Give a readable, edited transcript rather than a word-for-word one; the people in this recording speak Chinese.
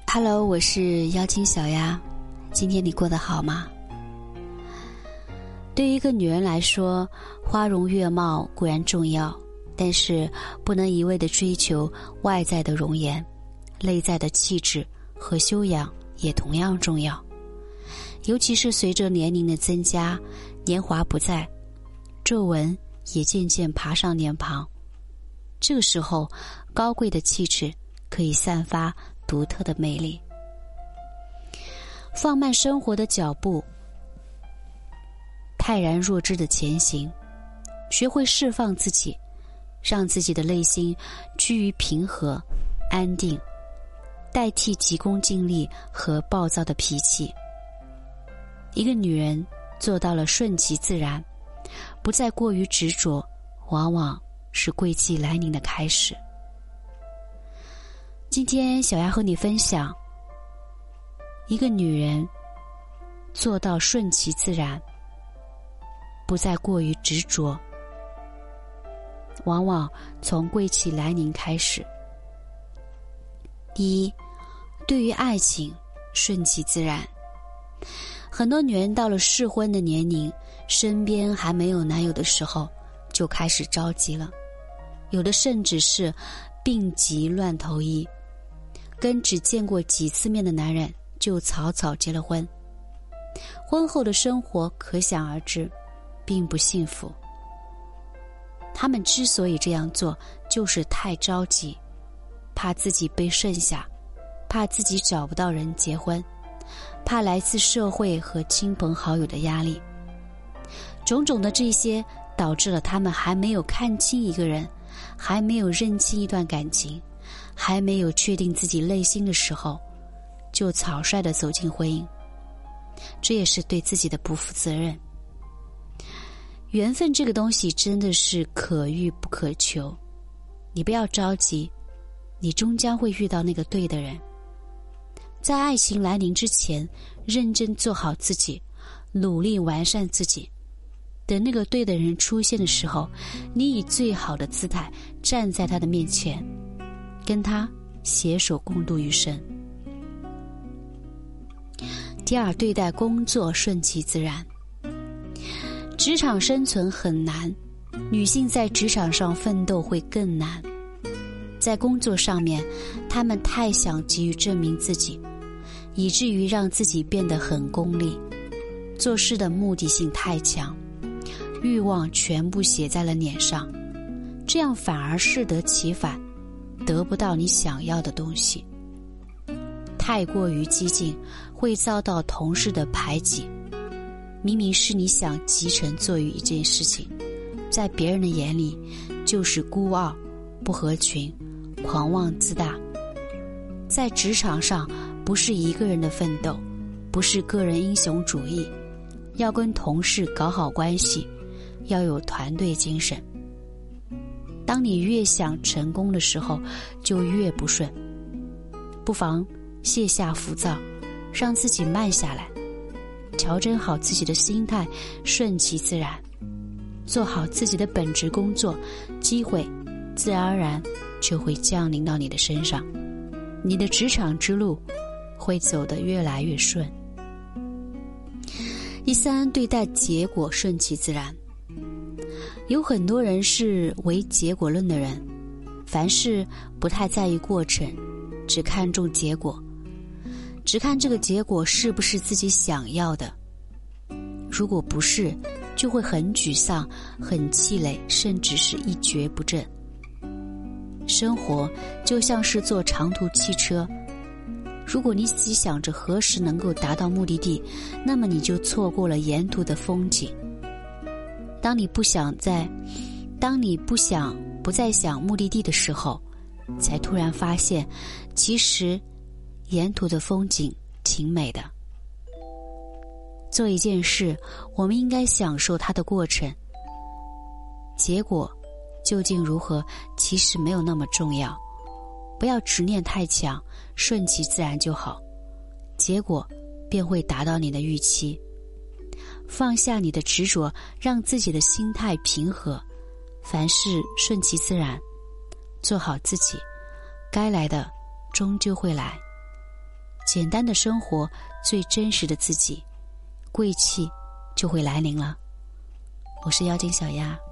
Hello， 我是妖精小丫，今天你过得好吗？对于一个女人来说，花容月貌固然重要，但是不能一味地追求外在的容颜，内在的气质和修养也同样重要。尤其是随着年龄的增加，年华不在，皱纹也渐渐爬上脸庞，这个时候高贵的气质可以散发独特的魅力。放慢生活的脚步，泰然若之的前行，学会释放自己，让自己的内心趋于平和安定，代替急功近利和暴躁的脾气。一个女人做到了顺其自然，不再过于执着，往往是贵气来临的开始。今天小丫和你分享，一个女人做到顺其自然，不再过于执着，往往从贵气来临开始。第一，对于爱情顺其自然。很多女人到了适婚的年龄，身边还没有男友的时候就开始着急了，有的甚至是病急乱投医，跟只见过几次面的男人就草草结了婚。婚后的生活可想而知，并不幸福。他们之所以这样做，就是太着急，怕自己被剩下，怕自己找不到人结婚，怕来自社会和亲朋好友的压力。种种的这些导致了他们还没有看清一个人，还没有认清一段感情，还没有确定自己内心的时候，就草率地走进婚姻，这也是对自己的不负责任。缘分这个东西真的是可遇不可求，你不要着急，你终将会遇到那个对的人。在爱情来临之前，认真做好自己，努力完善自己，等那个对的人出现的时候，你以最好的姿态站在他的面前，跟他携手共度余生。第二，对待工作顺其自然。职场生存很难，女性在职场上奋斗会更难。在工作上面，她们太想急于证明自己，以至于让自己变得很功利，做事的目的性太强，欲望全部写在了脸上，这样反而适得其反，得不到你想要的东西。太过于激进，会遭到同事的排挤。明明是你想集成做于一件事情，在别人的眼里就是孤傲、不合群、狂妄自大。在职场上，不是一个人的奋斗，不是个人英雄主义，要跟同事搞好关系，要有团队精神。当你越想成功的时候，就越不顺。不妨卸下浮躁，让自己慢下来，调整好自己的心态，顺其自然，做好自己的本职工作，机会自然而然就会降临到你的身上，你的职场之路会走得越来越顺。第三，对待结果顺其自然。有很多人是唯结果论的人，凡事不太在意过程，只看重结果，只看这个结果是不是自己想要的。如果不是，就会很沮丧、很气馁，甚至是一蹶不振。生活就像是坐长途汽车，如果你只想着何时能够达到目的地，那么你就错过了沿途的风景。当你不再想目的地的时候，才突然发现，其实沿途的风景挺美的。做一件事，我们应该享受它的过程，结果究竟如何，其实没有那么重要。不要执念太强，顺其自然就好，结果便会达到你的预期。放下你的执着，让自己的心态平和，凡事顺其自然，做好自己，该来的终究会来。 简单的生活，最真实的自己，贵气就会来临了。我是妖精小丫。